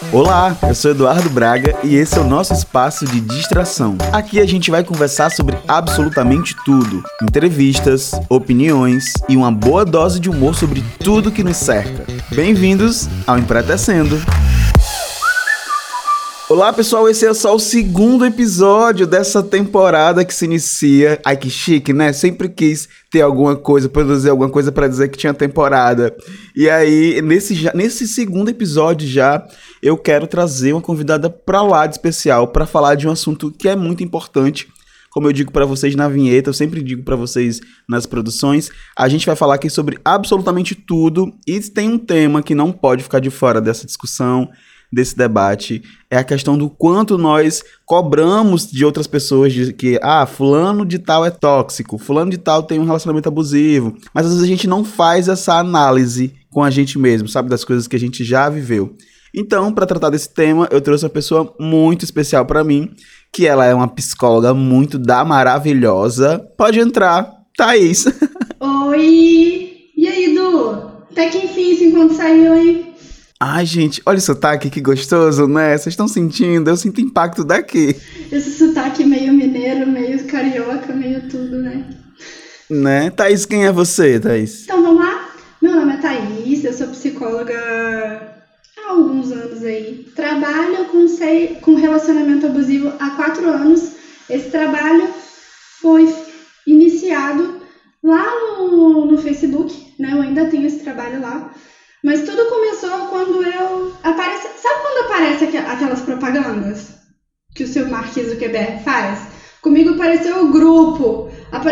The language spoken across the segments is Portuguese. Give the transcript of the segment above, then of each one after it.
Olá, eu sou Eduardo Braga e esse é o nosso espaço de distração. Aqui a gente vai conversar sobre absolutamente tudo. Entrevistas, opiniões e uma boa dose de humor sobre tudo que nos cerca. Bem-vindos ao Empretecendo. Olá pessoal, esse é só o segundo episódio dessa temporada que se inicia. Ai que chique, né? Sempre quis ter alguma coisa, produzir alguma coisa pra dizer que tinha temporada. E aí, nesse segundo episódio já, eu quero trazer uma convidada pra lá de especial pra falar de um assunto que é muito importante. Como eu digo pra vocês na vinheta, eu sempre digo pra vocês nas produções, a gente vai falar aqui sobre absolutamente tudo e tem um tema que não pode ficar de fora dessa discussão, desse debate, é a questão do quanto nós cobramos de outras pessoas de que, fulano de tal é tóxico, fulano de tal tem um relacionamento abusivo, mas às vezes a gente não faz essa análise com a gente mesmo, sabe, das coisas que a gente já viveu. Então, para tratar desse tema, eu trouxe uma pessoa muito especial para mim, que ela é uma psicóloga muito maravilhosa. Pode entrar, Thaís. Oi! E aí, Du? Até que enfim esse encontro saiu, hein? Ai, gente, olha o sotaque, que gostoso, né? Vocês estão sentindo? Eu sinto impacto daqui. Esse sotaque meio mineiro, meio carioca, meio tudo, né? Né? Thaís, quem é você, Thaís? Então, vamos lá? Meu nome é Thaís, eu sou psicóloga há alguns anos aí. Trabalho com relacionamento abusivo há 4 anos. Esse trabalho foi iniciado lá no Facebook, né? Eu ainda tenho esse trabalho lá. Mas tudo começou quando sabe quando aparece aquelas propagandas que o seu Mark Zuckerberg faz? Comigo apareceu o grupo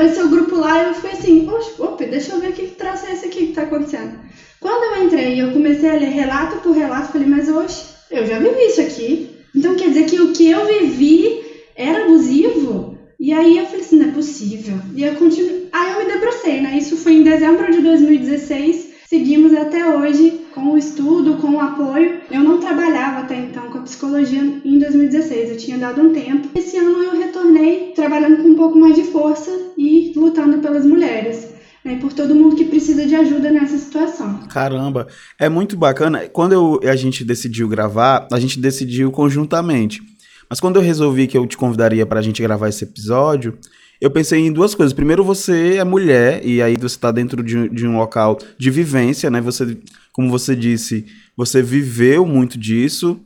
lá e eu fui assim, opa, deixa eu ver que troço é esse aqui que tá acontecendo. Quando eu entrei e eu comecei a ler relato por relato, falei, mas eu já vivi isso aqui. Então quer dizer que o que eu vivi era abusivo? E aí eu falei assim, não é possível. E eu aí eu me debrucei, né? Isso foi em dezembro de 2016. Seguimos até hoje com o estudo, com o apoio. Eu não trabalhava até então com a psicologia em 2016, eu tinha dado um tempo. Esse ano eu retornei trabalhando com um pouco mais de força e lutando pelas mulheres, né, por todo mundo que precisa de ajuda nessa situação. Caramba, é muito bacana. Quando a gente decidiu gravar, a gente decidiu conjuntamente. Mas quando eu resolvi que eu te convidaria pra gente gravar esse episódio, eu pensei em duas coisas. Primeiro, você é mulher e aí você está dentro de um local de vivência, né? Você, como você disse, você viveu muito disso.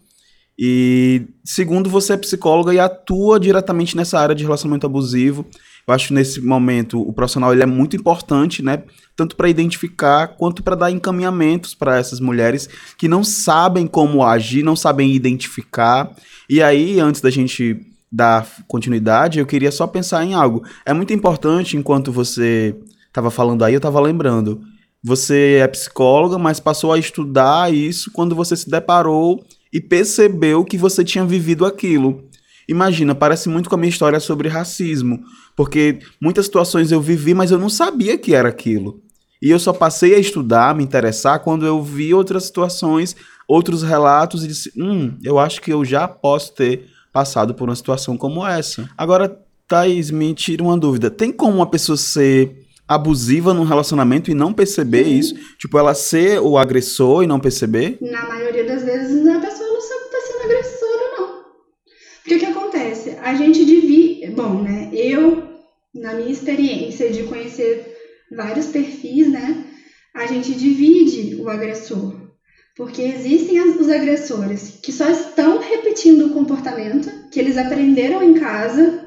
E segundo, você é psicóloga e atua diretamente nessa área de relacionamento abusivo. Eu acho que nesse momento o profissional ele é muito importante, né? Tanto para identificar quanto para dar encaminhamentos para essas mulheres que não sabem como agir, não sabem identificar. E aí, antes da gente dar continuidade, eu queria só pensar em algo. É muito importante, enquanto você estava falando aí, eu estava lembrando. Você é psicóloga, mas passou a estudar isso quando você se deparou e percebeu que você tinha vivido aquilo. Imagina, parece muito com a minha história sobre racismo, porque muitas situações eu vivi, mas eu não sabia que era aquilo. E eu só passei a estudar, me interessar, quando eu vi outras situações, outros relatos e disse, eu acho que eu já posso ter passado por uma situação como essa. Agora, Thaís, me tira uma dúvida. Tem como uma pessoa ser abusiva num relacionamento e não perceber isso? Tipo, ela ser o agressor e não perceber? Na maioria das vezes, a pessoa não sabe que tá sendo agressora, não. Porque o que acontece? A gente divide... Bom, né? Eu, na minha experiência de conhecer vários perfis, né? A gente divide o agressor. Porque existem os agressores que só estão repetindo o comportamento que eles aprenderam em casa.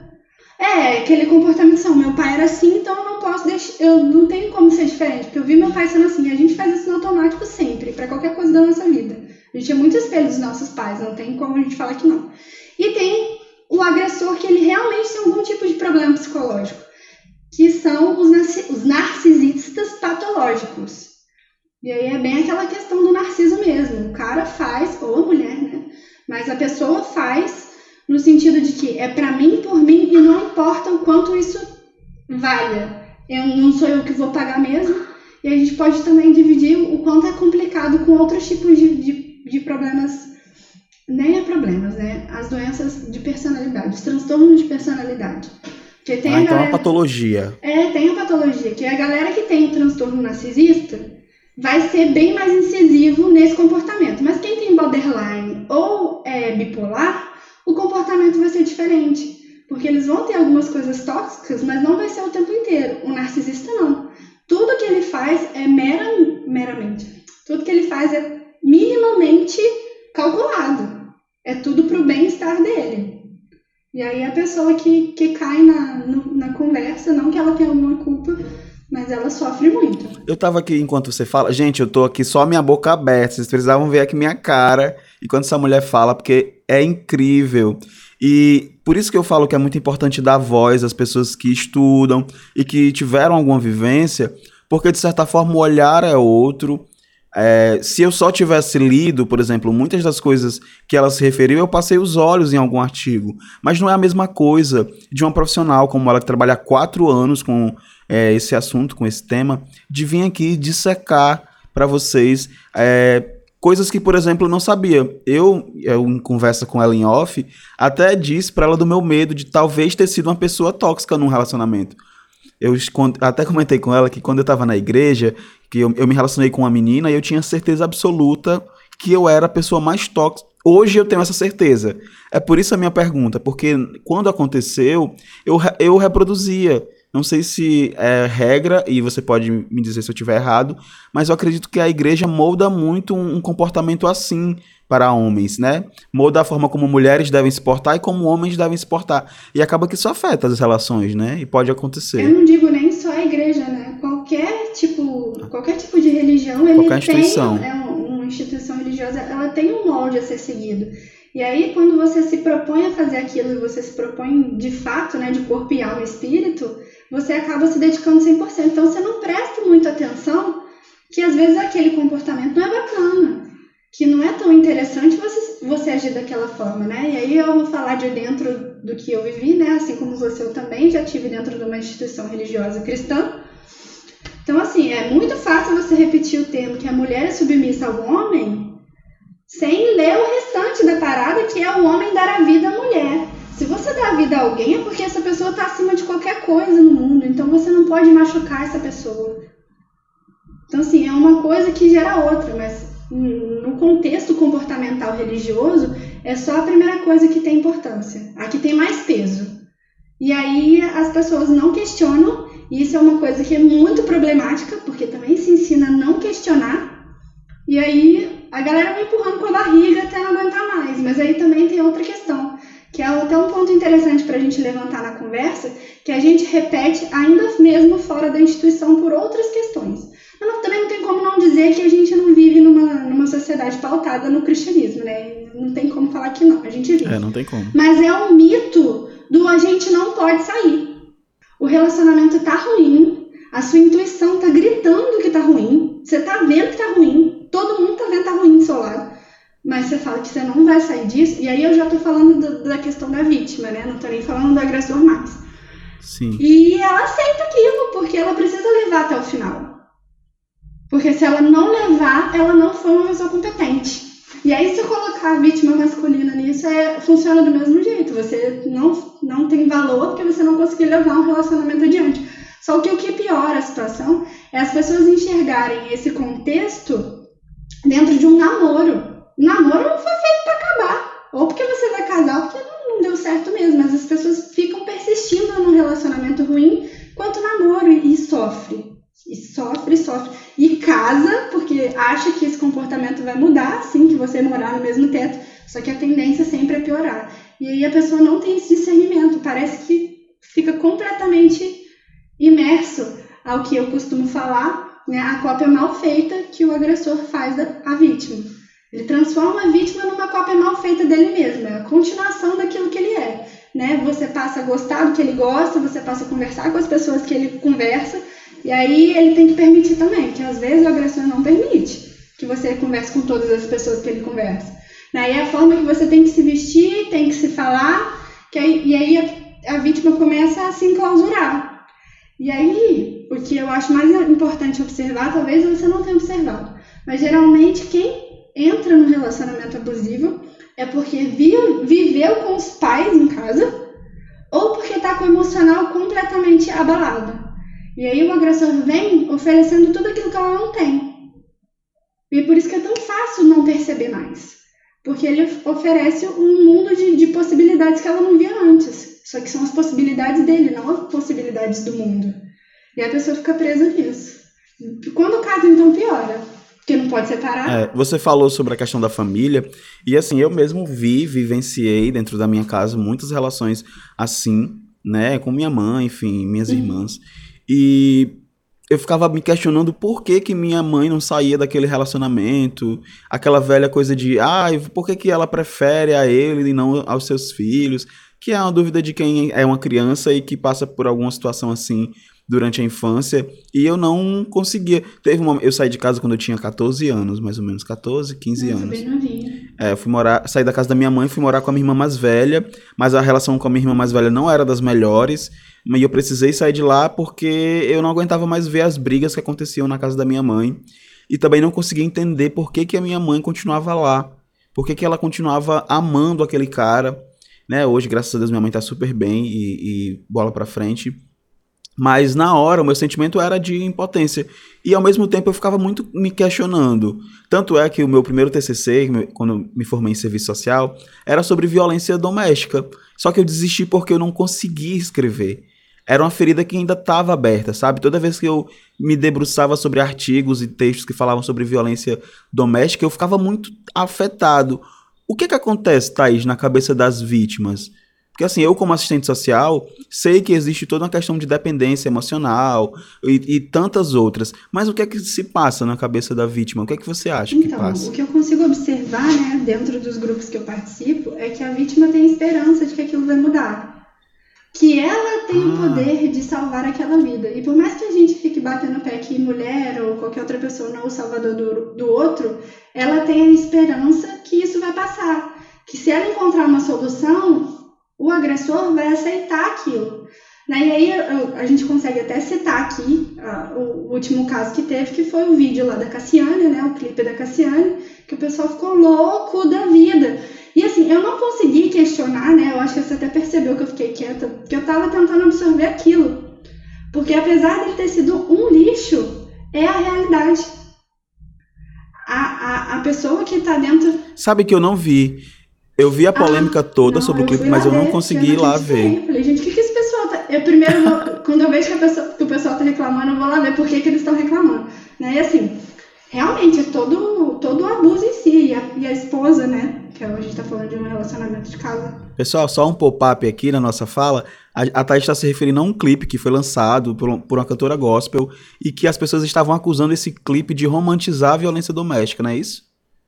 Aquele comportamento meu pai era assim, então eu não posso eu não tenho como ser diferente, porque eu vi meu pai sendo assim. A gente faz isso no automático sempre, para qualquer coisa da nossa vida. A gente é muito espelho dos nossos pais, não tem como a gente falar que não. E tem o agressor que ele realmente tem algum tipo de problema psicológico, que são os narcisistas patológicos. E aí é bem aquela questão do narciso mesmo. O cara faz, ou a mulher, né? Mas a pessoa faz no sentido de que é pra mim, por mim, e não importa o quanto isso valha. Não sou eu que vou pagar mesmo. E a gente pode também dividir o quanto é complicado com outros tipos de problemas. Nem é problemas, né? As doenças de personalidade, os transtornos de personalidade. Porque tem então é uma patologia. Tem a patologia, que é a galera que tem o transtorno narcisista vai ser bem mais incisivo nesse comportamento. Mas quem tem borderline ou bipolar, o comportamento vai ser diferente. Porque eles vão ter algumas coisas tóxicas, mas não vai ser o tempo inteiro. O narcisista não. Tudo que ele faz é meramente. Tudo que ele faz é minimamente calculado. É tudo pro bem-estar dele. E aí a pessoa que cai na conversa, não que ela tenha alguma culpa, mas ela sofre muito. Eu tava aqui enquanto você fala. Gente, eu tô aqui só minha boca aberta. Vocês precisavam ver aqui minha cara enquanto essa mulher fala, porque é incrível. E por isso que eu falo que é muito importante dar voz às pessoas que estudam e que tiveram alguma vivência, porque de certa forma o olhar é outro. Se eu só tivesse lido, por exemplo, muitas das coisas que ela se referiu, eu passei os olhos em algum artigo. Mas não é a mesma coisa de uma profissional como ela, que trabalha há 4 anos com esse assunto, com esse tema, de vir aqui dissecar para vocês coisas que, por exemplo, eu não sabia. Eu, em conversa com ela em off, até disse para ela do meu medo de talvez ter sido uma pessoa tóxica num relacionamento. Eu até comentei com ela que quando eu estava na igreja, que eu me relacionei com uma menina e eu tinha certeza absoluta que eu era a pessoa mais tóxica. Hoje eu tenho essa certeza. É por isso a minha pergunta, porque quando aconteceu, eu reproduzia. Não sei se é regra, e você pode me dizer se eu estiver errado, mas eu acredito que a igreja molda muito um comportamento assim para homens, né? Molda a forma como mulheres devem se portar e como homens devem se portar. E acaba que isso afeta as relações, né? E pode acontecer. Eu não digo nem só a igreja, né? Qualquer tipo de religião, ele qualquer instituição. tem uma instituição religiosa, ela tem um molde a ser seguido. E aí, quando você se propõe a fazer aquilo e você se propõe de fato, né, de corpo e alma e espírito, você acaba se dedicando 100%. Então, você não presta muita atenção que, às vezes, aquele comportamento não é bacana, que não é tão interessante você agir daquela forma, né? E aí eu vou falar de dentro do que eu vivi, né? Assim como você, eu também já estive dentro de uma instituição religiosa cristã. Então, assim, é muito fácil você repetir o termo que a mulher é submissa ao homem sem ler o restante da parada, que é o homem dar a vida à mulher. Se você dá a vida a alguém, é porque essa pessoa está acima de qualquer coisa no mundo. Então, você não pode machucar essa pessoa. Então, assim, é uma coisa que gera outra, mas no contexto comportamental religioso, é só a primeira coisa que tem importância. A que tem mais peso. E aí, as pessoas não questionam, e isso é uma coisa que é muito problemática, porque também se ensina a não questionar. E aí, a galera vai empurrando com a barriga até não aguentar mais. Mas aí também tem outra questão, que é até um ponto interessante para a gente levantar na conversa, que a gente repete ainda mesmo fora da instituição por outras questões. Também não tem como não dizer que a gente não vive numa sociedade pautada no cristianismo, né? Não tem como falar que não, a gente vive. Não tem como. Mas é um mito do a gente não pode sair. O relacionamento tá ruim, a sua intuição tá gritando que tá ruim, você tá vendo que tá ruim, todo mundo tá vendo que tá ruim do seu lado. Mas você fala que você não vai sair disso, e aí eu já tô falando da questão da vítima, né? Não tô nem falando do agressor mais. Sim. E ela aceita aquilo, porque ela precisa levar até o final. Porque se ela não levar, ela não foi uma pessoa competente. E aí, se eu colocar a vítima masculina nisso, funciona do mesmo jeito. Você não tem valor porque você não conseguiu levar um relacionamento adiante. Só que o que piora a situação é as pessoas enxergarem esse contexto dentro de um namoro. O namoro não foi feito para acabar. Ou porque você vai casar, ou porque não deu certo mesmo. Mas as pessoas ficam persistindo num relacionamento ruim quanto namoro e sofre. E sofre. E casa, porque acha que esse comportamento vai mudar, assim, que você morar no mesmo teto. Só que a tendência sempre é piorar. E aí a pessoa não tem esse discernimento. Parece que fica completamente imerso ao que eu costumo falar, né? A cópia mal feita que o agressor faz da vítima. Ele transforma a vítima numa cópia mal feita dele mesmo. É a continuação daquilo que ele é, né? Você passa a gostar do que ele gosta, você passa a conversar com as pessoas que ele conversa. E aí ele tem que permitir também, que às vezes o agressor não permite que você converse com todas as pessoas que ele conversa. E é a forma que você tem que se vestir, tem que se falar, e aí a vítima começa a se enclausurar. E aí, o que eu acho mais importante observar, talvez você não tenha observado, mas geralmente quem entra no relacionamento abusivo é porque viveu com os pais em casa ou porque está com o emocional completamente abalado. E aí o agressor vem oferecendo tudo aquilo que ela não tem. E por isso que é tão fácil não perceber mais. Porque ele oferece um mundo de possibilidades que ela não via antes. Só que são as possibilidades dele, não as possibilidades do mundo. E a pessoa fica presa nisso. Quando casa, então, piora. Porque não pode separar. Você falou sobre a questão da família. E assim, eu mesmo vivenciei dentro da minha casa muitas relações assim, né? Com minha mãe, enfim, minhas irmãs. E eu ficava me questionando por que minha mãe não saía daquele relacionamento, aquela velha coisa de, por que ela prefere a ele e não aos seus filhos, que é uma dúvida de quem é uma criança e que passa por alguma situação assim durante a infância, e eu não conseguia. Eu saí de casa quando eu tinha 14 anos, mais ou menos, 14, 15 anos. Bem novinho. Eu saí da casa da minha mãe, fui morar com a minha irmã mais velha, mas a relação com a minha irmã mais velha não era das melhores, e eu precisei sair de lá porque eu não aguentava mais ver as brigas que aconteciam na casa da minha mãe, e também não conseguia entender por que a minha mãe continuava lá, por que ela continuava amando aquele cara, né? Hoje, graças a Deus, minha mãe tá super bem e bola pra frente. Mas na hora o meu sentimento era de impotência. E ao mesmo tempo eu ficava muito me questionando. Tanto é que o meu primeiro TCC, quando eu me formei em serviço social, era sobre violência doméstica. Só que eu desisti porque eu não conseguia escrever. Era uma ferida que ainda estava aberta, sabe? Toda vez que eu me debruçava sobre artigos e textos que falavam sobre violência doméstica, eu ficava muito afetado. O que acontece, Thaís, na cabeça das vítimas? Porque assim, eu como assistente social, sei que existe toda uma questão de dependência emocional e tantas outras. Mas o que é que se passa na cabeça da vítima? O que é que você acha que passa? Então, o que eu consigo observar, né, dentro dos grupos que eu participo, é que a vítima tem esperança de que aquilo vai mudar. Que ela tem o poder de salvar aquela vida. E por mais que a gente fique batendo o pé que mulher ou qualquer outra pessoa não é o salvador do outro, ela tem a esperança que isso vai passar. Que se ela encontrar uma solução, o agressor vai aceitar aquilo. Né? E aí a gente consegue até citar aqui o último caso que teve, que foi o vídeo lá da Cassiane, né? O clipe da Cassiane, que o pessoal ficou louco da vida. E assim, eu não consegui questionar, né? Eu acho que você até percebeu que eu fiquei quieta, porque eu estava tentando absorver aquilo. Porque apesar de ter sido um lixo, é a realidade. A pessoa que está dentro... Sabe que eu não vi. Eu vi a polêmica toda sobre o clipe, mas eu não consegui ir lá ver. Eu falei, gente, o que esse pessoal tá... Eu primeiro, quando eu vejo que o pessoal tá reclamando, eu vou lá ver por que eles estão reclamando. Né? E assim, realmente, é todo o abuso em si. E a esposa, né? Que a gente tá falando de um relacionamento de casa. Pessoal, só um pop-up aqui na nossa fala. A Thaís está se referindo a um clipe que foi lançado por uma cantora gospel e que as pessoas estavam acusando esse clipe de romantizar a violência doméstica, não é isso?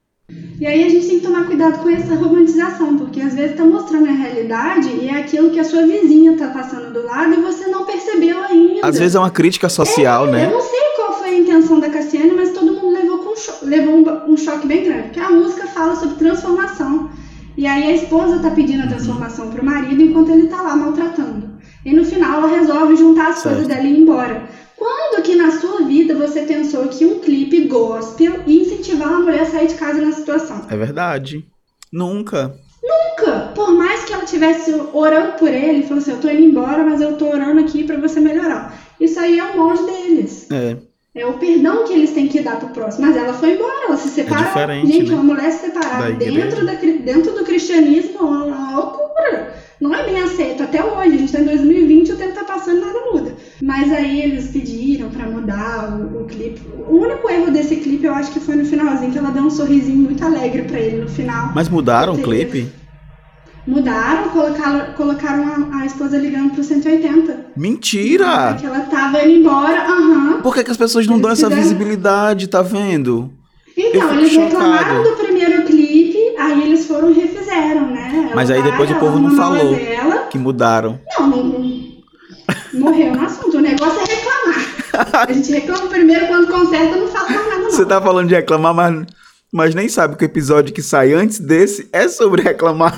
E aí a gente tem que tomar cuidado com essa romantização, porque às vezes tá mostrando a realidade e é aquilo que a sua vizinha tá passando do lado e você não percebeu ainda. Às vezes é uma crítica social, né? Eu não sei qual foi a intenção da Cassiane, mas todo mundo levou um choque bem grande, porque a música fala sobre transformação. E aí a esposa tá pedindo a transformação pro marido enquanto ele tá lá maltratando. E no final ela resolve juntar as coisas dela e ir embora. Quando que na sua vida você pensou que um clipe gospel ia incentivar uma mulher a sair de casa nessa situação? É verdade. Nunca. Por mais que ela estivesse orando por ele, falou assim, eu tô indo embora, mas eu tô orando aqui pra você melhorar. Isso aí é o molde deles. É o perdão que eles têm que dar pro próximo. Mas ela foi embora, ela se separou. É diferente, gente, né? Uma mulher se separar dentro do cristianismo é uma loucura. Não é bem aceito até hoje. A gente tá em 2020 e o tempo tá passando e nada muda. Mas aí eles pediram pra mudar o clipe. O único erro desse clipe eu acho que foi no finalzinho, que ela deu um sorrisinho muito alegre pra ele no final. Mas mudaram o clipe? Mudaram, colocaram a esposa ligando pro 180. Mentira! Porque ela tava indo embora, Por que as pessoas não dão essa visibilidade, tá vendo? Então, eles reclamaram do primeiro clipe, aí eles foram e refizeram, né? Mas aí depois o povo não falou que mudaram. Não morreu no assunto. O negócio é reclamar. A gente reclama primeiro, quando conserta, não fala mais nada, não. Você tá falando de reclamar, mas nem sabe que o episódio que sai antes desse é sobre reclamar.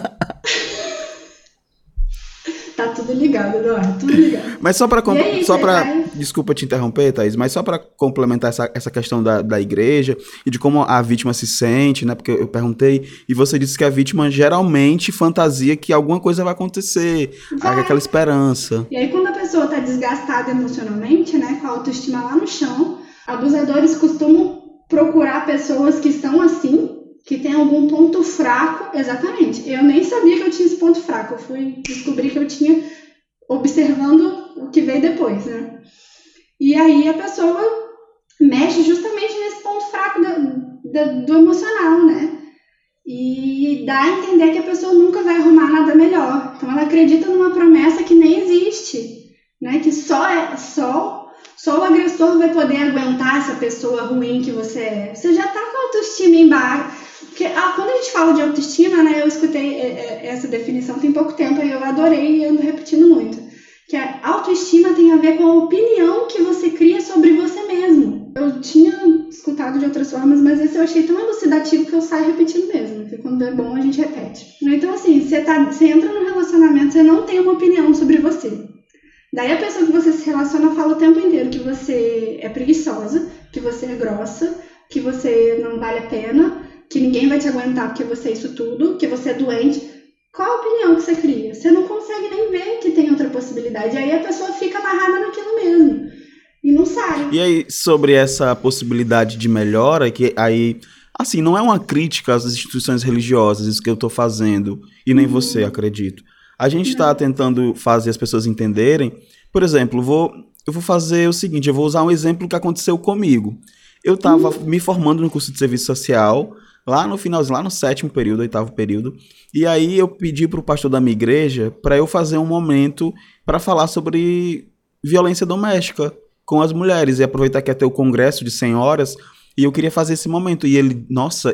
Tá tudo ligado, Eduardo, tudo ligado. Mas desculpa te interromper, Thaís, mas só para complementar essa questão da igreja e de como a vítima se sente, né? Porque eu perguntei e você disse que a vítima geralmente fantasia que alguma coisa vai acontecer, aquela esperança. E aí quando a pessoa tá desgastada emocionalmente, né, com a autoestima lá no chão, abusadores costumam procurar pessoas que estão assim, que tem algum ponto ponto fraco, exatamente. Eu nem sabia que eu tinha esse ponto fraco. Eu fui descobrir que eu tinha observando o que veio depois, né? E aí a pessoa mexe justamente nesse ponto fraco do emocional, né? E dá a entender que a pessoa nunca vai arrumar nada melhor. Então ela acredita numa promessa que nem existe, né? Que só o agressor vai poder aguentar essa pessoa ruim que você é. Você já tá com a autoestima embaixo. Porque quando a gente fala de autoestima, né? Eu escutei essa definição tem pouco tempo e eu adorei e ando repetindo muito. Que a autoestima tem a ver com a opinião que você cria sobre você mesmo. Eu tinha escutado de outras formas, mas esse eu achei tão elucidativo que eu saio repetindo mesmo. Porque quando é bom, a gente repete. Então, assim, você entra num relacionamento, você não tem uma opinião sobre você. Daí a pessoa que você se relaciona fala o tempo inteiro que você é preguiçosa, que você é grossa, que você não vale a pena, que ninguém vai te aguentar porque você é isso tudo, que você é doente. Qual a opinião que você cria? Você não consegue nem ver que tem outra possibilidade. Aí a pessoa fica amarrada naquilo mesmo. E não sai. E aí, sobre essa possibilidade de melhora, que aí, assim, não é uma crítica às instituições religiosas, isso que eu tô fazendo, e nem você, acredito. A gente tá tentando fazer as pessoas entenderem. Por exemplo, eu vou fazer o seguinte, eu vou usar um exemplo que aconteceu comigo. Eu tava me formando no curso de serviço social, lá no finalzinho, lá no 7º período, 8º período, e aí eu pedi pro pastor da minha igreja para eu fazer um momento para falar sobre violência doméstica com as mulheres, e aproveitar que ia ter o congresso de senhoras, e eu queria fazer esse momento, e ele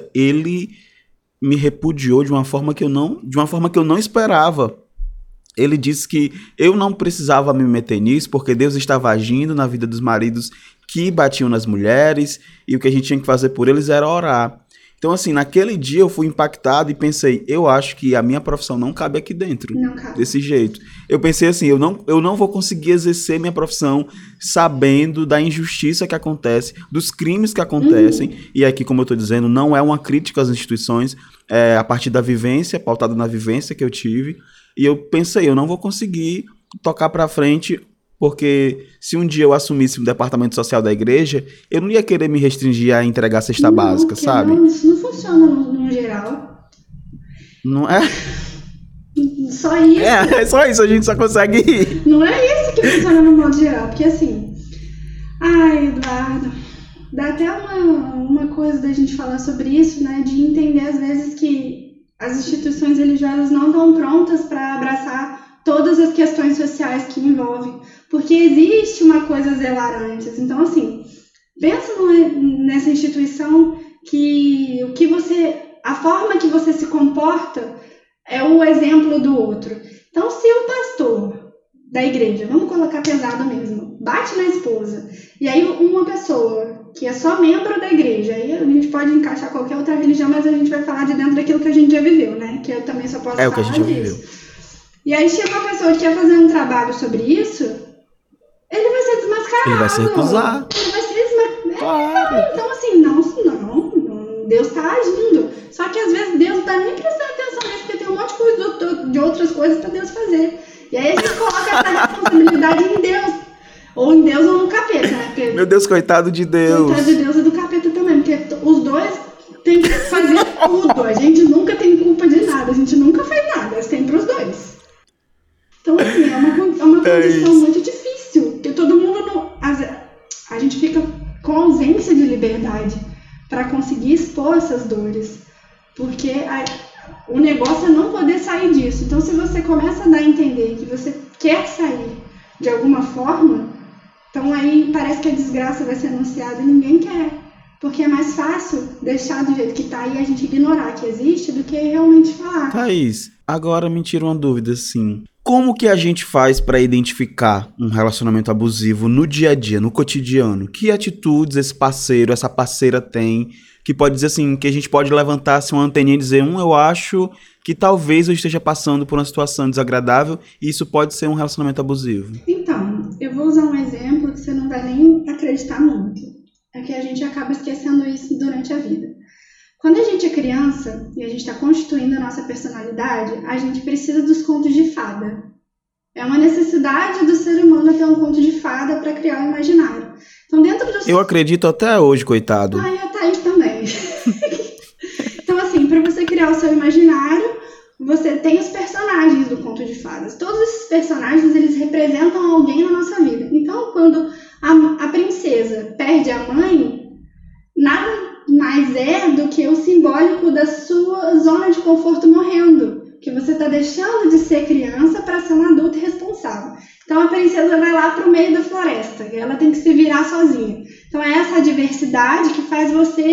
me repudiou de uma forma que eu não esperava. Ele disse que eu não precisava me meter nisso, porque Deus estava agindo na vida dos maridos que batiam nas mulheres, e o que a gente tinha que fazer por eles era orar. Então, assim, naquele dia eu fui impactado e pensei, eu acho que a minha profissão não cabe aqui dentro, Não cabe. desse jeito. Eu pensei assim, eu não vou conseguir exercer minha profissão sabendo da injustiça que acontece, dos crimes que acontecem, e aqui, como eu estou dizendo, não é uma crítica às instituições, é a partir da vivência, pautada na vivência que eu tive, e eu pensei, eu não vou conseguir tocar para frente, porque se um dia eu assumisse o departamento social da igreja, eu não ia querer me restringir a entregar cesta básica, sabe? Não, isso não funciona no geral. Não é? Só isso. É só isso, a gente só consegue ir. Não é isso que funciona no modo geral. Porque assim... Ai, Eduardo... Dá até uma coisa da gente falar sobre isso, né? De entender às vezes que as instituições religiosas não estão prontas para abraçar todas as questões sociais que envolvem, porque existe uma coisa a zelar antes. Então, assim, pensa nessa instituição que a forma que você se comporta é o exemplo do outro. Então, se o pastor da igreja, vamos colocar pesado mesmo, bate na esposa, e aí uma pessoa que é só membro da igreja, aí a gente pode encaixar qualquer outra religião, mas a gente vai falar de dentro daquilo que a gente já viveu, né? Que eu também só posso falar É o que a gente já disso. viveu. E aí chega uma pessoa que quer fazer um trabalho sobre isso, ele vai ser desmascarado. Ele vai se recusar. Ele vai ser desmascarado. Claro. Então assim, não, Deus tá agindo. Só que às vezes Deus não tá nem prestando atenção nisso, porque tem um monte de coisa de outras coisas pra Deus fazer. E aí a gente coloca essa responsabilidade em Deus. Ou em Deus ou no capeta, né? Porque, Meu Deus, coitado de Deus. Coitado de Deus e do capeta também, porque os dois têm que fazer tudo. A gente nunca tem culpa de nada, a gente nunca faz nada, é sempre os dois. Então, assim, é uma condição muito difícil, porque todo mundo não... A gente fica com ausência de liberdade para conseguir expor essas dores, porque o negócio é não poder sair disso. Então, se você começa a dar a entender que você quer sair de alguma forma, então aí parece que a desgraça vai ser anunciada e ninguém quer, porque é mais fácil deixar do jeito que tá e a gente ignorar que existe do que realmente falar. Thaís, agora me tira uma dúvida, assim. Como que a gente faz para identificar um relacionamento abusivo no dia a dia, no cotidiano? Que atitudes esse parceiro, essa parceira tem, que pode dizer assim, que a gente pode levantar assim, uma anteninha e dizer, eu acho que talvez eu esteja passando por uma situação desagradável e isso pode ser um relacionamento abusivo? Então, eu vou usar um exemplo que você não vai nem acreditar muito. É que a gente acaba esquecendo isso durante a vida. Quando a gente é criança e a gente está constituindo a nossa personalidade, a gente precisa dos contos de fada. É uma necessidade do ser humano ter um conto de fada para criar o imaginário. Então, dentro dos... Eu acredito até hoje, coitado. Ah, e a Thaís também. Então, assim, para você criar o seu imaginário, você tem os personagens do conto de fadas. Todos esses personagens, eles representam alguém na nossa vida. Então, quando a princesa perde a mãe, nada mais é do que o simbólico da sua zona de conforto morrendo. Que você está deixando de ser criança para ser um adulto responsável. Então, a princesa vai lá para o meio da floresta e ela tem que se virar sozinha. Então, é essa adversidade que faz você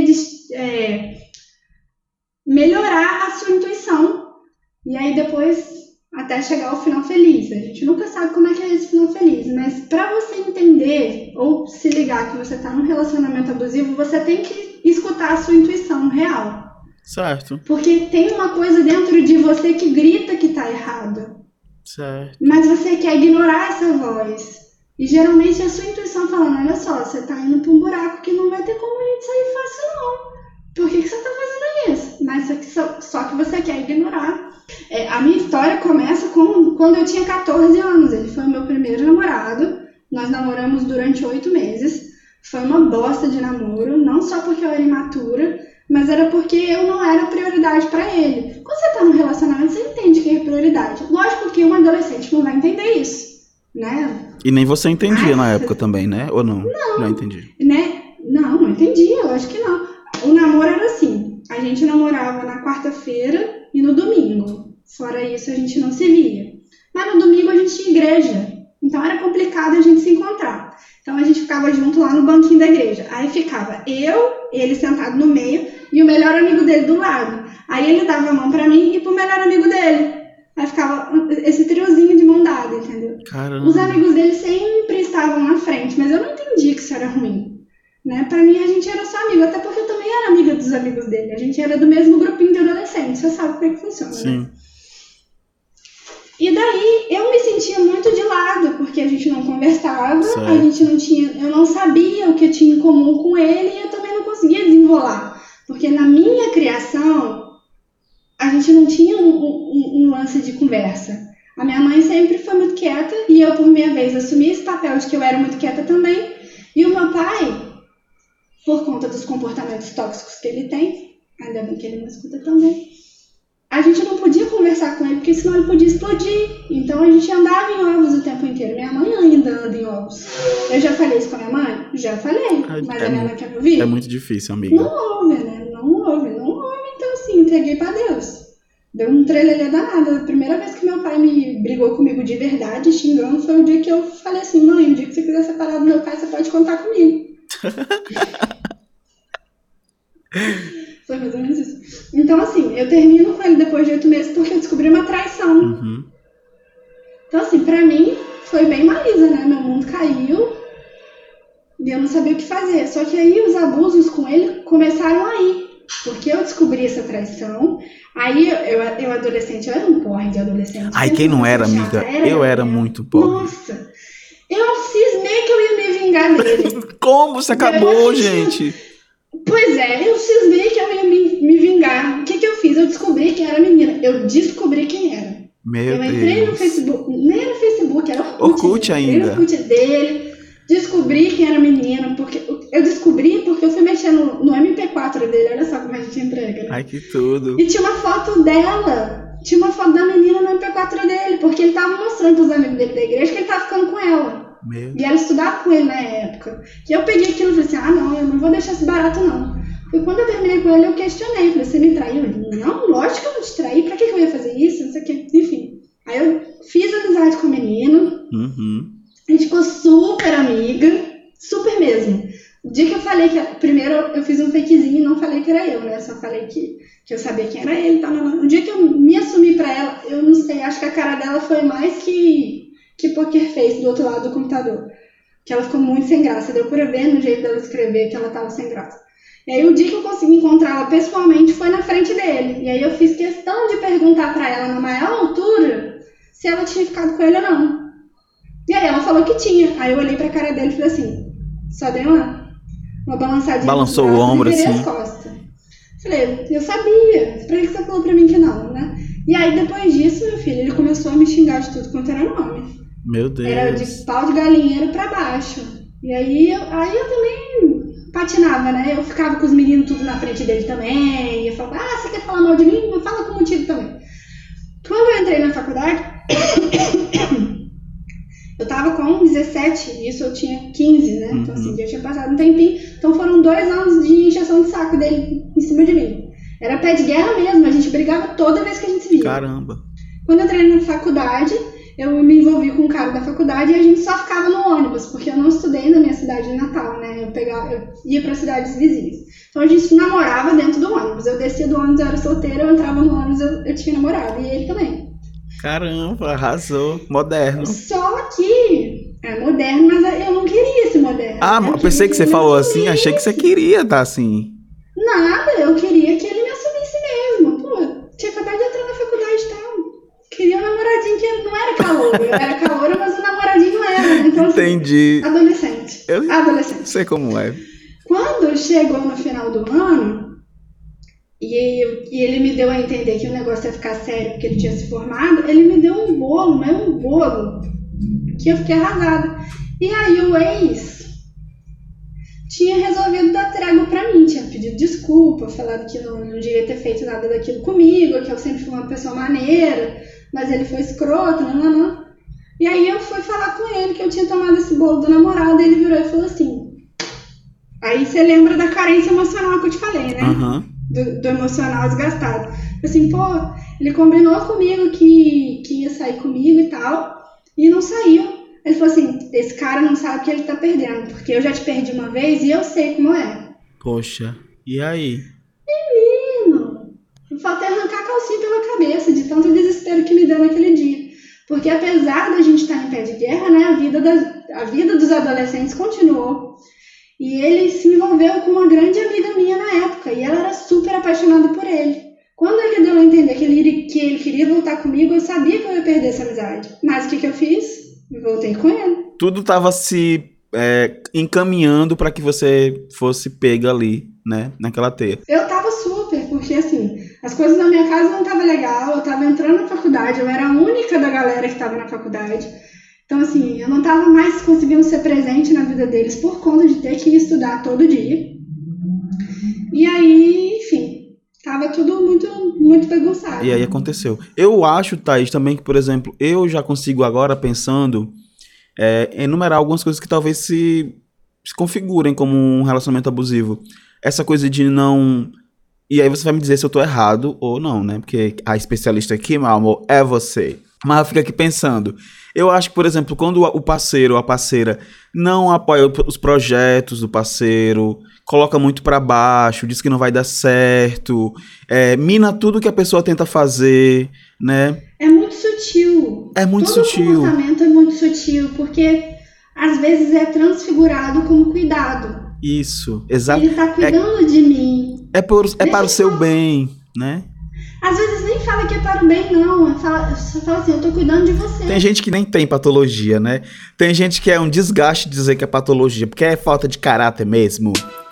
melhorar a sua intuição. E aí, depois, até chegar ao final feliz. A gente nunca sabe como é que é esse final feliz, mas para você entender ou se ligar que você está num relacionamento abusivo, você tem que escutar a sua intuição real. Certo. Porque tem uma coisa dentro de você que grita que tá errado. Certo. Mas você quer ignorar essa voz. E geralmente é a sua intuição falando, olha só, você tá indo pra um buraco que não vai ter como a gente sair fácil não. Por que você tá fazendo isso? Mas só que você quer ignorar. A minha história começa quando eu tinha 14 anos. Ele foi o meu primeiro namorado. Nós namoramos durante 8 meses. Foi uma bosta de namoro. Não só porque eu era imatura, mas era porque eu não era prioridade pra ele. Quando você tá num relacionamento, você entende que é prioridade. Lógico que um adolescente não vai entender isso, né? E nem você entendia na época também, né? Ou não? Não entendi. Né? Não entendia, eu acho que não. O namoro era assim, a gente namorava na quarta-feira e no domingo. Fora isso, a gente não se via. Mas no domingo a gente tinha igreja, então era complicado a gente se encontrar. Então a gente ficava junto lá no banquinho da igreja. Aí ficava ele sentado no meio e o melhor amigo dele do lado. Aí ele dava a mão pra mim e pro melhor amigo dele. Aí ficava esse triozinho de mão dada, entendeu? Caramba. Os amigos dele sempre estavam na frente, mas eu não entendi que isso era ruim. Né? Pra mim a gente era só amigo, até porque eu também era amiga dos amigos dele. A gente era do mesmo grupinho de adolescentes, você sabe como é que funciona, Sim. né? E daí eu me sentia muito de lado, porque a gente não conversava, certo. a gente não tinha, eu não sabia o que eu tinha em comum com ele e eu também não conseguia desenrolar. Porque na minha criação, a gente não tinha um lance de conversa. A minha mãe sempre foi muito quieta e eu, por minha vez, assumi esse papel de que eu era muito quieta também. E o meu pai, por conta dos comportamentos tóxicos que ele tem, ainda bem que ele não escuta também, a gente não podia conversar com ele, porque senão ele podia explodir. Então a gente andava em ovos o tempo inteiro. Minha mãe ainda anda em ovos. Eu já falei isso com a minha mãe? Já falei. Mas a minha mãe quer me ouvir? É muito difícil, amiga. Não ouve, né? Não ouve. Então assim, entreguei pra Deus. Deu um trelelê danado. A primeira vez que meu pai me brigou comigo de verdade, xingando, foi o dia que eu falei assim, mãe, o dia que você quiser separar do meu pai, você pode contar comigo. Foi mais ou menos isso. Então, assim, eu termino com ele depois de 8 meses porque eu descobri uma traição. Uhum. Então, assim, pra mim, foi bem Marisa, né? Meu mundo caiu e eu não sabia o que fazer. Só que aí os abusos com ele começaram aí. Porque eu descobri essa traição. Aí, eu adolescente, eu era um porre de adolescente. Ai, quem não era, amiga? Eu era muito porre. Nossa! Eu cismei que eu ia me vingar dele. Como? Você acabou, gente? Pois é, eu cismei que eu ia me vingar. O que eu fiz? Eu descobri quem era a menina. Eu descobri quem era. Eu entrei no Facebook, nem era Facebook, era Orkut ainda. Entrei no Orkut dele, descobri quem era a menina, porque eu descobri porque eu fui mexer no MP4 dele, olha só como a gente entrega. Né? Ai, que tudo. E tinha uma foto dela, tinha uma foto da menina no MP4 dele, porque ele tava mostrando pros amigos dele da igreja que ele tava ficando com ela. E ela estudava com ele na época. E eu peguei aquilo e falei assim, não, eu não vou deixar esse barato não. E quando eu terminei com ele, eu questionei, falei, você me traiu? Ele, não, lógico que eu não te traí, pra que eu ia fazer isso, não sei o que, enfim. Aí eu fiz amizade com o menino, a gente ficou super amiga, super mesmo. O dia que eu falei que, primeiro eu fiz um fakezinho e não falei que era eu, né, só falei que eu sabia quem era ele, tá, não. O dia que eu me assumi pra ela, eu não sei, acho que a cara dela foi mais que poker face do outro lado do computador. Que ela ficou muito sem graça, deu pra ver no jeito dela escrever que ela tava sem graça. E aí o dia que eu consegui encontrá-la pessoalmente foi na frente dele. E aí eu fiz questão de perguntar pra ela na maior altura se ela tinha ficado com ele ou não. E aí ela falou que tinha. Aí eu olhei pra cara dele e falei assim, só dei uma balançadinha. Balançou o ombro assim. As costas. Falei, eu sabia. Pra que você falou pra mim que não, né? E aí depois disso, meu filho, ele começou a me xingar de tudo quanto era nome. Meu Deus. Era de pau de galinheiro pra baixo. E aí eu também patinava, né? Eu ficava com os meninos tudo na frente dele também. Eu falava, você quer falar falar mal de mim, mas fala com motivo também. Quando eu entrei na faculdade, eu tava com 17, isso eu tinha 15, né? Então assim, já tinha passado um tempinho. Então foram 2 anos de encheção de saco dele em cima de mim. Era pé de guerra mesmo, a gente brigava toda vez que a gente se via. Caramba. Quando eu entrei na faculdade, eu me envolvi com um cara da faculdade e a gente só ficava no ônibus, porque eu não estudei na minha cidade natal, né? Eu ia para cidades vizinhas. Então a gente namorava dentro do ônibus. Eu descia do ônibus, eu era solteira, eu entrava no ônibus, eu tinha namorado. E ele também. Caramba, arrasou. Moderno. Só que é moderno, mas eu não queria esse moderno. Ah, eu pensei que você falou assim, achei que você queria estar assim. Nada, eu queria que ele me assumisse mesmo. Pô, tinha acabado de entrar na faculdade e tal. Queria um namoradinho que não era calouro. Eu era caloura, mas o namoradinho não era. Né? Então, entendi. Assim, adolescente. Adolescente. Sei como é. Quando chegou no final do ano, e ele me deu a entender que o negócio ia ficar sério, porque ele tinha se formado, ele me deu um bolo, que eu fiquei arrasada. E aí o ex tinha resolvido dar trégua pra mim, tinha pedido desculpa, falado que não devia ter feito nada daquilo comigo, que eu sempre fui uma pessoa maneira, mas ele foi escroto, não. E aí eu fui falar com ele que eu tinha tomado esse bolo do namorado, e ele virou e falou assim... Aí você lembra da carência emocional que eu te falei, né? Do emocional desgastado. Assim, pô, ele combinou comigo que ia sair comigo e tal, e não saiu. Ele falou assim, esse cara não sabe que ele tá perdendo, porque eu já te perdi uma vez e eu sei como é. Poxa, e aí? Menino, eu faltei arrancar a calcinha pela cabeça, de tanto desespero que me deu naquele dia. Porque apesar da gente estar em pé de guerra, né, a vida dos adolescentes continuou. E ele se envolveu com uma grande amiga minha na época, e ela era super apaixonada por ele. Quando ele deu a entender que ele queria voltar comigo, eu sabia que eu ia perder essa amizade. Mas o que eu fiz? Voltei com ele. Tudo tava se encaminhando para que você fosse pega ali, né, naquela teia. Eu tava super, porque assim, as coisas na minha casa não estavam legal, eu tava entrando na faculdade, eu era a única da galera que tava na faculdade. Então, assim, eu não tava mais conseguindo ser presente na vida deles por conta de ter que estudar todo dia. E aí, enfim, tava tudo muito, muito bagunçado. E aí aconteceu. Eu acho, Thaís, também que, por exemplo, eu já consigo agora, pensando, enumerar algumas coisas que talvez se configurem como um relacionamento abusivo. Essa coisa de não... E aí você vai me dizer se eu tô errado ou não, né? Porque a especialista aqui, meu amor, é você. Mas eu fico aqui pensando. Eu acho que, por exemplo, quando o parceiro ou a parceira não apoia os projetos do parceiro, coloca muito pra baixo, diz que não vai dar certo, mina tudo que a pessoa tenta fazer, né? É muito sutil. É muito sutil. O comportamento é muito sutil, porque às vezes é transfigurado como cuidado. Isso, exato. Ele tá cuidando de mim. É para o seu bem, né? Às vezes nem fala que é para o bem, não. Só fala assim, eu tô cuidando de você. Tem gente que nem tem patologia, né? Tem gente que é um desgaste dizer que é patologia, porque é falta de caráter mesmo.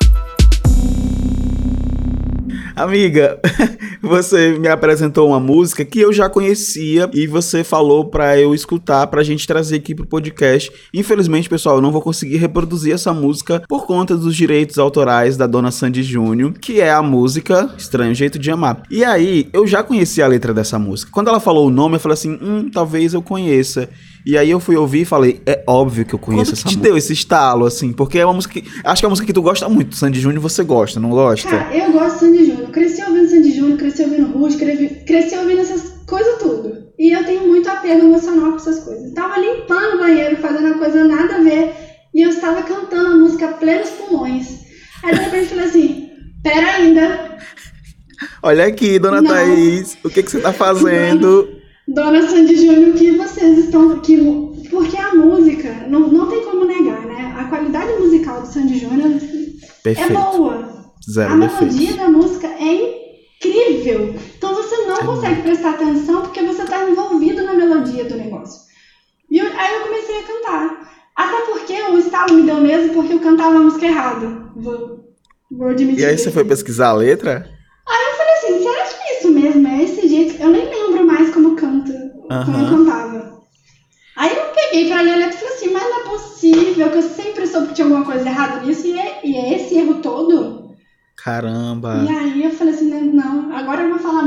Amiga, você me apresentou uma música que eu já conhecia e você falou pra eu escutar, pra gente trazer aqui pro podcast. Infelizmente, pessoal, eu não vou conseguir reproduzir essa música por conta dos direitos autorais da dona Sandy Júnior, que é a música Estranho Jeito de Amar. E aí, eu já conhecia a letra dessa música. Quando ela falou o nome, eu falei assim, talvez eu conheça. E aí eu fui ouvir e falei, é óbvio que eu conheço essa música. Quando te deu esse estalo, assim? Porque é uma música que... Acho que é uma música que tu gosta muito. Sandy Júnior você gosta, não gosta? Cara, eu gosto de Sandy Júnior. Cresci ouvindo Sandy Júnior, cresci ouvindo Ruth, cresci ouvindo essas coisas tudo. E eu tenho muito apego emocional com essas coisas. Eu tava limpando o banheiro, fazendo a coisa nada a ver, e eu estava cantando a música a plenos pulmões. Aí de repente eu falei assim, pera ainda. Olha aqui, dona Thaís, o que você tá fazendo? Dona Sandy Júnior, o que vocês estão aqui? Porque a música, não tem como negar, né? A qualidade musical do Sandy Júnior é boa. Zero a defeitos. melodia da música é incrível. Então você não consegue prestar atenção porque você está envolvido na melodia do negócio. E aí eu comecei a cantar. Até porque o estalo me deu mesmo porque eu cantava a música errada. Vou admitir. E aí você foi pesquisar a letra? Aí eu falei assim, será que é isso mesmo? É esse jeito? Eu nem lembro mais como canta, como eu cantava. Aí eu peguei pra ler a letra e falei assim, mas não é possível que eu sempre soube que tinha alguma coisa errada nisso e é esse erro todo? Caramba. E aí eu falei assim, não, agora eu vou falar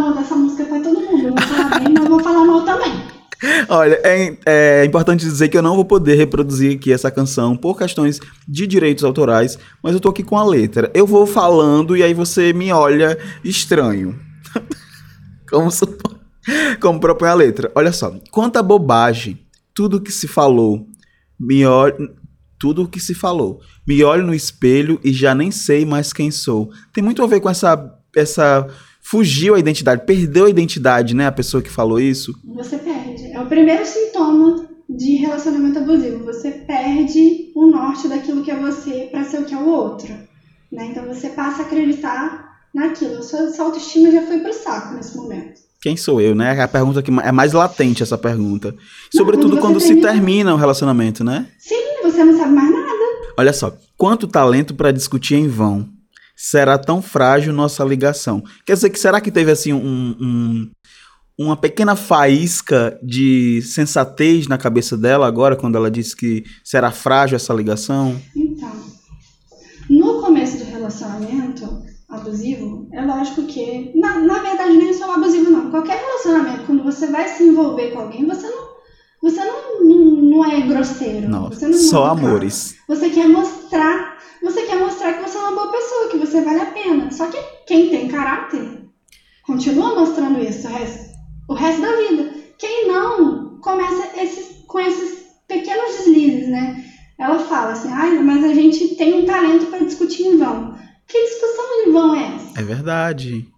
pra todo mundo. Eu vou falar bem, mas eu vou falar mal também. Olha, é importante dizer que eu não vou poder reproduzir aqui essa canção por questões de direitos autorais, mas eu tô aqui com a letra. Eu vou falando e aí você me olha estranho. Como propõe a letra. Olha só. Quanta bobagem. Tudo que se falou. Tudo o que se falou. Me olho no espelho e já nem sei mais quem sou. Tem muito a ver com essa fugiu a identidade, perdeu a identidade, né? A pessoa que falou isso. Você perde. É o primeiro sintoma de relacionamento abusivo. Você perde o norte daquilo que é você para ser o que é o outro. Né? Então você passa a acreditar naquilo. Sua autoestima já foi pro saco nesse momento. Quem sou eu, né? É a pergunta que é mais latente, essa pergunta. Sobretudo quando se termina o relacionamento, né? Sim, você não sabe mais nada. Olha só. Quanto talento para discutir em vão. Será tão frágil nossa ligação. Quer dizer, será que teve assim uma pequena faísca de sensatez na cabeça dela agora, quando ela disse que será frágil essa ligação? Então, no começo do relacionamento abusivo, é lógico que, na verdade, nem só abusivo não. Qualquer relacionamento, quando você vai se envolver com alguém, você não é grosseiro. Não, você não só amores. Você quer mostrar que você é uma boa pessoa, que você vale a pena. Só que quem tem caráter continua mostrando isso o resto da vida. Quem não, começa com esses pequenos deslizes, né? Ela fala assim, mas a gente tem um talento para discutir em vão. Que discussão em vão é essa? É verdade.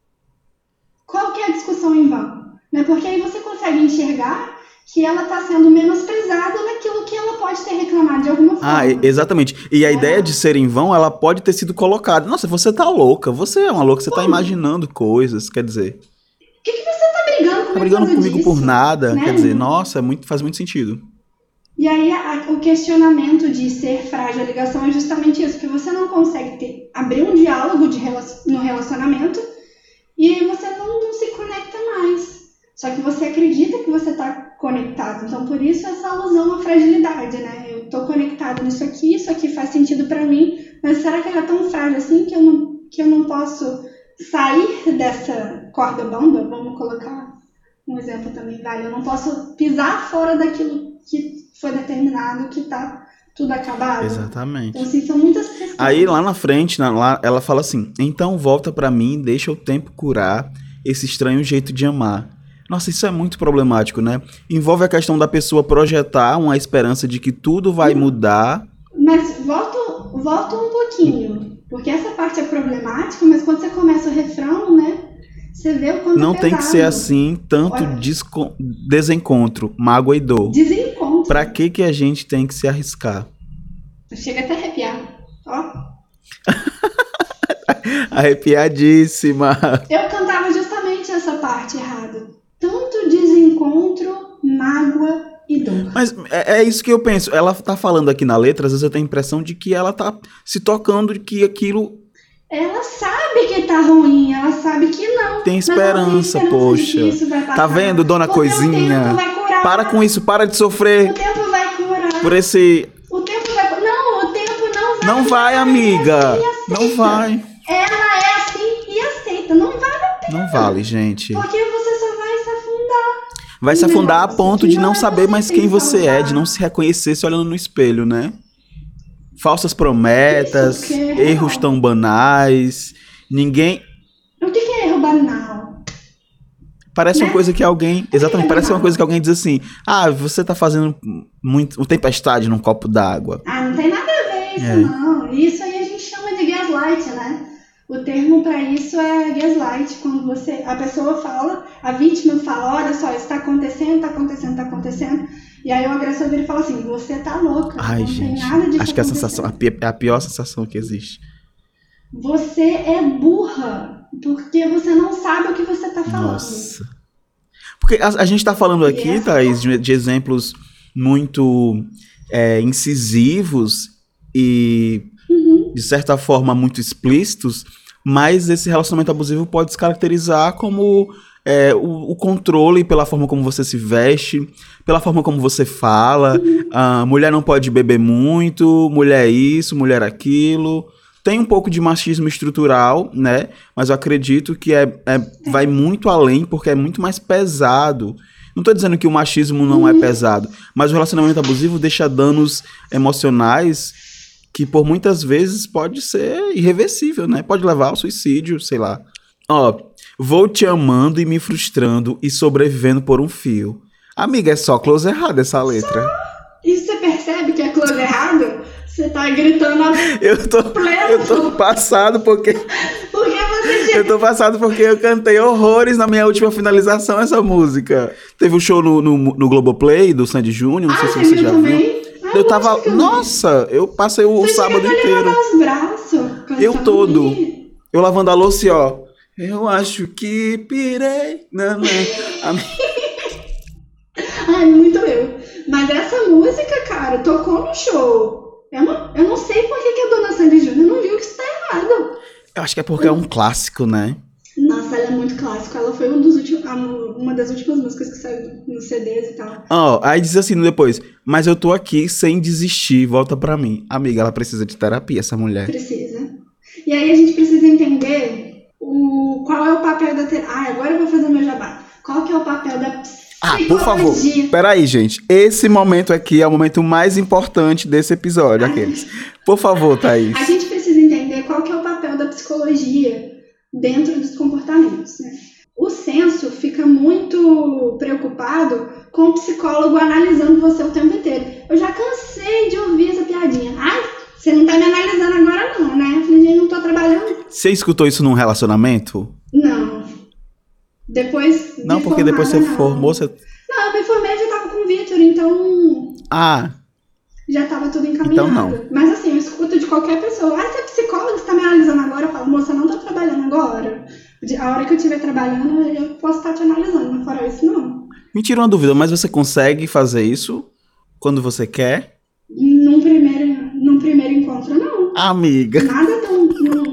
Qual que é a discussão em vão? Né? Porque aí você consegue enxergar que ela está sendo menosprezada naquilo que ela pode ter reclamado de alguma forma. Exatamente. E a ideia de ser em vão, ela pode ter sido colocada. Nossa, você tá louca. Você é uma louca, você tá imaginando coisas, quer dizer... O que você tá brigando comigo? Tá brigando comigo por nada, né? Quer dizer, nossa, faz muito sentido. E aí o questionamento de ser frágil a ligação é justamente isso, que você não consegue abrir um diálogo no relacionamento e aí você não se conecta mais. Só que você acredita que você está conectado. Então, por isso, essa alusão à fragilidade, né? Eu estou conectado nisso aqui, isso aqui faz sentido para mim, mas será que ela é tão frágil assim que eu não posso sair dessa corda bamba? Vamos colocar um exemplo também, vale. Eu não posso pisar fora daquilo que foi determinado, que está tudo acabado. Exatamente. Então, assim, são muitas questões. Aí, lá na frente, ela fala assim, então volta para mim, deixa o tempo curar esse estranho jeito de amar. Nossa, isso é muito problemático, né? Envolve a questão da pessoa projetar uma esperança de que tudo vai mudar. Mas volta um pouquinho, porque essa parte é problemática, mas quando você começa o refrão, né? Você vê o quanto não é tem pesado. que ser assim, tanto desencontro, mágoa e dor. Desencontro. Pra que a gente tem que se arriscar? Chega até a arrepiar, ó. Arrepiadíssima. Eu cantava justamente essa parte errada. Tanto desencontro, mágoa e dor. Mas é isso que eu penso. Ela tá falando aqui na letra, às vezes eu tenho a impressão de que ela tá se tocando de que aquilo... Ela sabe que tá ruim, ela sabe que não. Tem esperança, poxa. Tá vendo, dona Coisinha? O tempo vai curar. Para com isso, para de sofrer. O tempo vai curar. Por esse... O tempo vai curar. Não, o tempo não vai. Não vai, amiga. Não vai. Ela é assim e aceita. Não vale a pena. Não vale, gente. Porque você só vai se afundar. Vai se afundar a ponto de não saber mais quem você é, de não se reconhecer se olhando no espelho, né? Falsas promessas, erros tão banais, ninguém... O que é erro banal? Parece uma coisa que alguém... Exatamente, parece uma coisa que alguém diz assim, você tá fazendo uma tempestade num copo d'água. Não tem nada a ver isso, não. Isso aí a gente chama de gaslight, né? O termo para isso é gaslight, quando a pessoa fala, a vítima fala, olha só, isso tá acontecendo. E aí o agressor vira e fala assim, você tá louca, não gente, tem nada disso acho que é a pior sensação que existe. Você é burra, porque você não sabe o que você tá falando. Nossa. Porque a gente tá falando aqui, Thaís, de exemplos muito incisivos e, de certa forma, muito explícitos, mas esse relacionamento abusivo pode se caracterizar como... o controle pela forma como você se veste, pela forma como você fala, mulher não pode beber muito, mulher isso, mulher aquilo, tem um pouco de machismo estrutural, né? Mas eu acredito que vai muito além, porque é muito mais pesado. Não tô dizendo que o machismo não é pesado, mas o relacionamento abusivo deixa danos emocionais que por muitas vezes pode ser irreversível, né? Pode levar ao suicídio, sei lá. Ó, vou te amando e me frustrando e sobrevivendo por um fio. Amiga, é só close errado essa letra. E você percebe que é close errado? Você tá gritando a Eu tô passado porque... Porque você... Eu tô passado porque eu cantei horrores na minha última finalização essa música. Teve um show no Globoplay do Sandy Júnior, não sei se você já viu. Eu tava... Nossa, eu passei o sábado inteiro. Os braços, eu todo. Eu lavando a louça e ó... Eu acho que pirei... Ai, muito eu. Mas essa música, cara, tocou no show. Eu não sei por que a dona Sandy Júnior não viu que isso tá errado. Eu acho que é porque é um clássico, né? Nossa, ela é muito clássica. Ela foi uma das últimas músicas que saiu nos CDs e tal. Ó, aí diz assim depois, mas eu tô aqui sem desistir, volta pra mim. Amiga, ela precisa de terapia, essa mulher. Precisa. E aí a gente precisa entender qual é o papel da terapia. Ah, agora eu vou fazer meu jabá. Qual que é o papel da psicologia? Ah, por favor, peraí, gente. Esse momento aqui é o momento mais importante desse episódio, aqueles. Por favor, Thaís. A gente precisa entender qual que é o papel da psicologia dentro dos comportamentos, né? O senso fica muito preocupado com o psicólogo analisando você o tempo inteiro. Eu já cansei de ouvir essa piadinha. Ai, você não tá me analisando agora não, né? Eu falei, gente, não tô trabalhando. Você escutou isso num relacionamento? Não. Depois... Não, porque depois você formou, você... Não, eu me formei e já tava com o Vitor, então... Ah. Já tava tudo encaminhado. Então não. Mas assim, eu escuto de qualquer pessoa. Ah, você é psicólogo, você tá me analisando agora? Eu falo, moça, eu não tô trabalhando agora. A hora que eu estiver trabalhando, eu posso estar te analisando, mas fora isso, não. Me tira uma dúvida, mas você consegue fazer isso quando você quer? Num primeiro encontro, não. Amiga. Nada tão...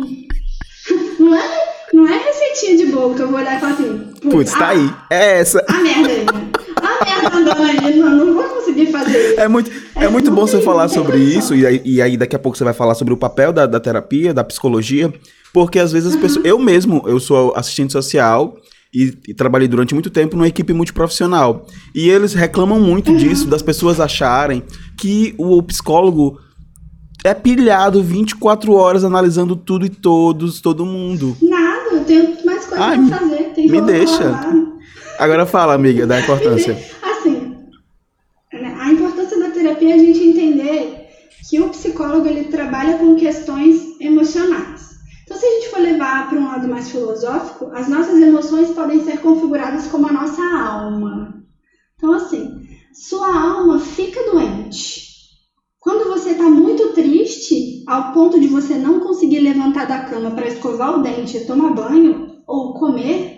Não é receitinha de bolo que eu vou olhar e falar assim... Putz, tá aí. É essa. A merda aí. A merda andando aí. Não vou conseguir fazer isso. É muito bom você falar sobre isso. E aí daqui a pouco você vai falar sobre o papel da terapia, da psicologia. Porque às vezes as pessoas... Eu sou assistente social e trabalhei durante muito tempo numa equipe multiprofissional. E eles reclamam muito disso, das pessoas acharem que o psicólogo... é pilhado 24 horas analisando tudo e todos, todo mundo. Nada, eu tenho mais coisa pra fazer. Tem me deixa. Agora fala, amiga, da importância. Assim, a importância da terapia é a gente entender que o psicólogo ele trabalha com questões emocionais. Então, se a gente for levar para um lado mais filosófico, as nossas emoções podem ser configuradas como a nossa alma. Então, assim, sua alma fica doente. Quando você está muito triste, ao ponto de você não conseguir levantar da cama para escovar o dente, tomar banho ou comer,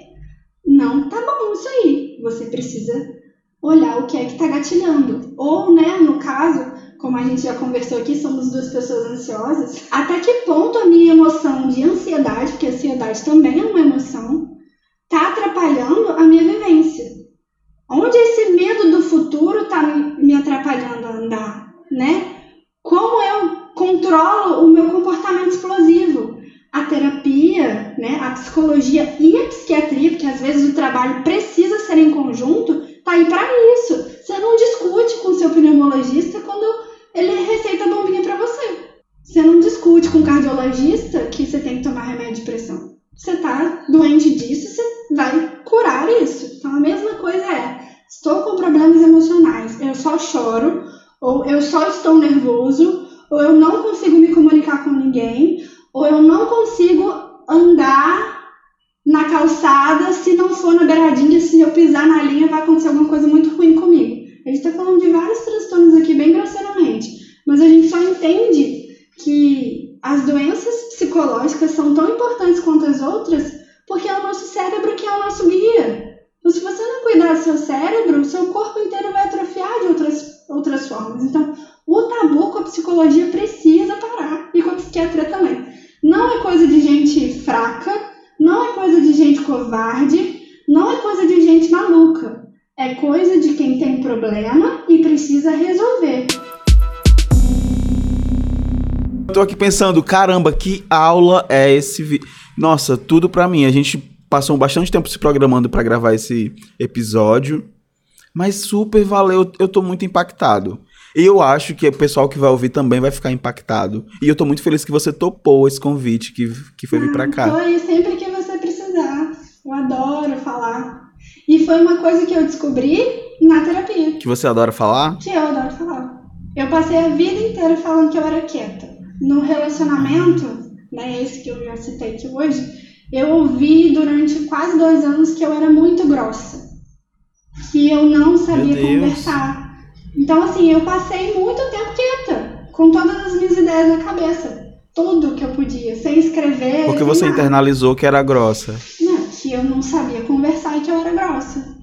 não tá bom isso aí. Você precisa olhar o que é que está gatilhando. Ou, né, no caso, como a gente já conversou aqui, somos duas pessoas ansiosas, até que ponto a minha emoção de ansiedade, porque a ansiedade também é uma emoção, está atrapalhando a minha vivência? Onde esse medo do futuro está me atrapalhando a andar, né? Como eu controlo o meu comportamento explosivo? A terapia, né, a psicologia e a psiquiatria, porque às vezes o trabalho precisa ser em conjunto, tá aí para isso. Você não discute com o seu pneumologista quando ele receita a bombinha para você. Você não discute com o cardiologista que você tem que tomar remédio de pressão. Você tá doente disso, você vai curar isso. Então a mesma coisa é, estou com problemas emocionais, eu só choro, ou eu só estou nervoso, ou eu não consigo me comunicar com ninguém, ou eu não consigo andar na calçada se não for na beiradinha, se eu pisar na linha vai acontecer alguma coisa muito ruim comigo. A gente está falando de vários transtornos aqui bem grosseiramente, mas a gente só entende que as doenças psicológicas são tão importantes quanto as outras porque é o nosso cérebro que é o nosso guia. Então, se você não cuidar do seu cérebro, o seu corpo inteiro vai atrofiar de outras formas. Então, o tabu com a psicologia precisa parar. E com a psiquiatria também. Não é coisa de gente fraca, não é coisa de gente covarde, não é coisa de gente maluca. É coisa de quem tem problema e precisa resolver. tô aqui pensando, caramba, que aula é esse vídeo? Nossa, tudo pra mim. A gente passou bastante tempo se programando pra gravar esse episódio, mas super valeu, eu tô muito impactado. E eu acho que o pessoal que vai ouvir também vai ficar impactado. E eu tô muito feliz que você topou esse convite, que foi vir pra cá. Foi sempre que você precisar. Eu adoro falar. E foi uma coisa que eu descobri na terapia. Que você adora falar? Que eu adoro falar. Eu passei a vida inteira falando que eu era quieta. No relacionamento, né, esse que eu já citei aqui hoje, eu ouvi durante quase 2 anos que eu era muito grossa. Que eu não sabia conversar. Então, assim, eu passei muito tempo quieta, com todas as minhas ideias na cabeça. Tudo que eu podia, sem escrever. Porque você internalizou que era grossa. Não, que eu não sabia conversar e que eu era grossa.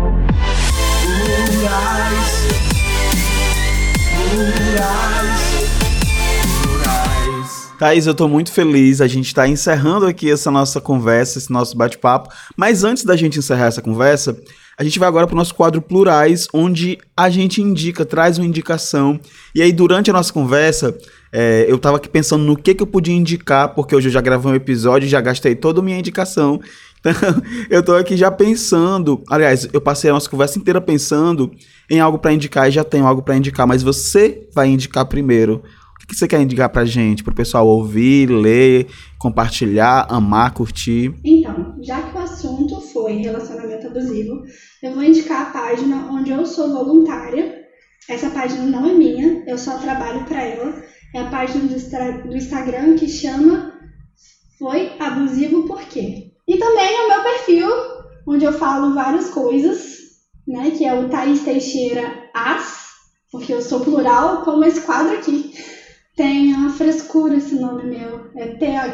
Thaís, eu tô muito feliz, a gente tá encerrando aqui essa nossa conversa, esse nosso bate-papo, mas antes da gente encerrar essa conversa, a gente vai agora pro nosso quadro Plurais, onde a gente indica, traz uma indicação, e aí durante a nossa conversa, eu tava aqui pensando no que eu podia indicar, porque hoje eu já gravei um episódio e já gastei toda a minha indicação, então eu tô aqui já pensando, aliás, eu passei a nossa conversa inteira pensando em algo pra indicar e já tenho algo pra indicar, mas você vai indicar primeiro. O que você quer indicar pra gente, pro pessoal ouvir, ler, compartilhar, amar, curtir? Então, já que o assunto foi relacionamento abusivo, eu vou indicar a página onde eu sou voluntária. Essa página não é minha, eu só trabalho pra ela. É a página do Instagram que chama Foi Abusivo Por Quê? E também é o meu perfil, onde eu falo várias coisas, né? Que é o Thaís Teixeira As, porque eu sou plural, como esse quadro aqui. Tem a frescura esse nome meu, é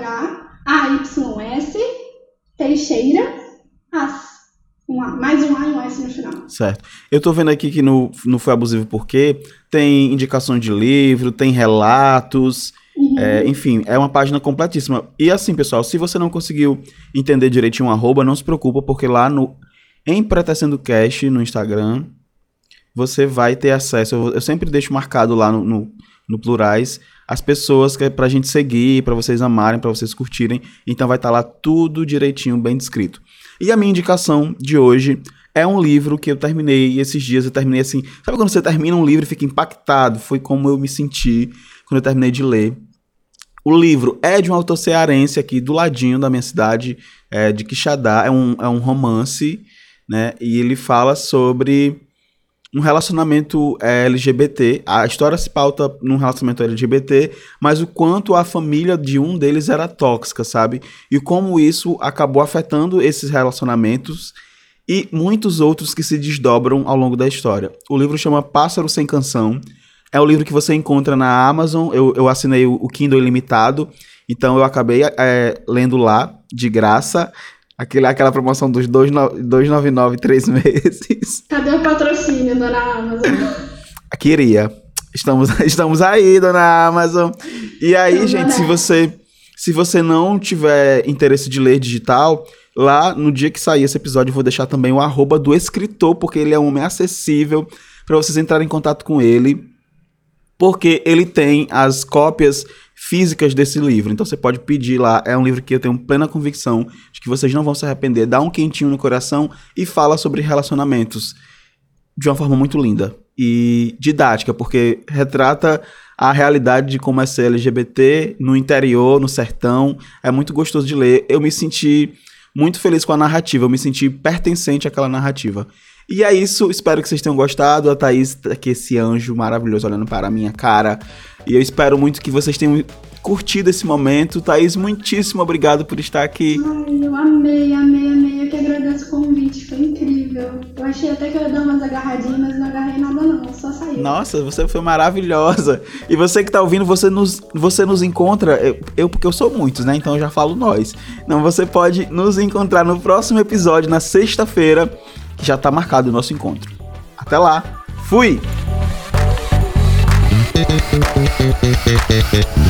THAYS Teixeira As, mais um A e um S no final. Certo. Eu tô vendo aqui que no Foi Abusivo Por Quê tem indicações de livro, tem relatos, enfim, é uma página completíssima. E assim, pessoal, se você não conseguiu entender direitinho o arroba, não se preocupa, porque lá em Pretecendo Cast no Instagram, você vai ter acesso, eu sempre deixo marcado lá no Plurais, as pessoas que é pra gente seguir, pra vocês amarem, pra vocês curtirem. Então vai estar lá tudo direitinho, bem descrito. E a minha indicação de hoje é um livro que eu terminei esses dias. Eu terminei assim, sabe quando você termina um livro e fica impactado? Foi como eu me senti quando eu terminei de ler. O livro é de um autor cearense aqui do ladinho da minha cidade, de Quixadá. É um romance, né? E ele fala sobre um relacionamento LGBT. A história se pauta num relacionamento LGBT, mas o quanto a família de um deles era tóxica, sabe? E como isso acabou afetando esses relacionamentos e muitos outros que se desdobram ao longo da história. O livro chama Pássaro Sem Canção. É o livro que você encontra na Amazon. Eu assinei o Kindle ilimitado, então eu acabei lendo lá, de graça. Aquela promoção dos R$2,99 3 meses. Cadê o patrocínio, dona Amazon? Queria. Estamos aí, dona Amazon. E aí, então, gente, se você não tiver interesse de ler digital, lá no dia que sair esse episódio eu vou deixar também o arroba do escritor, porque ele é um homem acessível para vocês entrarem em contato com ele, porque ele tem as cópias físicas desse livro, então você pode pedir lá. É um livro que eu tenho plena convicção de que vocês não vão se arrepender, dá um quentinho no coração e fala sobre relacionamentos de uma forma muito linda e didática, porque retrata a realidade de como é ser LGBT no interior, no sertão. É muito gostoso de ler. Eu me senti muito feliz com a narrativa, eu me senti pertencente àquela narrativa. E é isso, espero que vocês tenham gostado. A Thaís, que esse anjo maravilhoso olhando para a minha cara. E eu espero muito que vocês tenham curtido esse momento. Thaís, muitíssimo obrigado por estar aqui. Ai, eu amei. Eu que agradeço o convite, foi incrível. Eu achei até que eu ia dar umas agarradinhas, mas não agarrei nada não, só saiu. Nossa, você foi maravilhosa. E você que tá ouvindo, você nos encontra, porque eu sou muitos, né? Então eu já falo nós. Não, você pode nos encontrar no próximo episódio, na sexta-feira, que já tá marcado o nosso encontro. Até lá. Fui!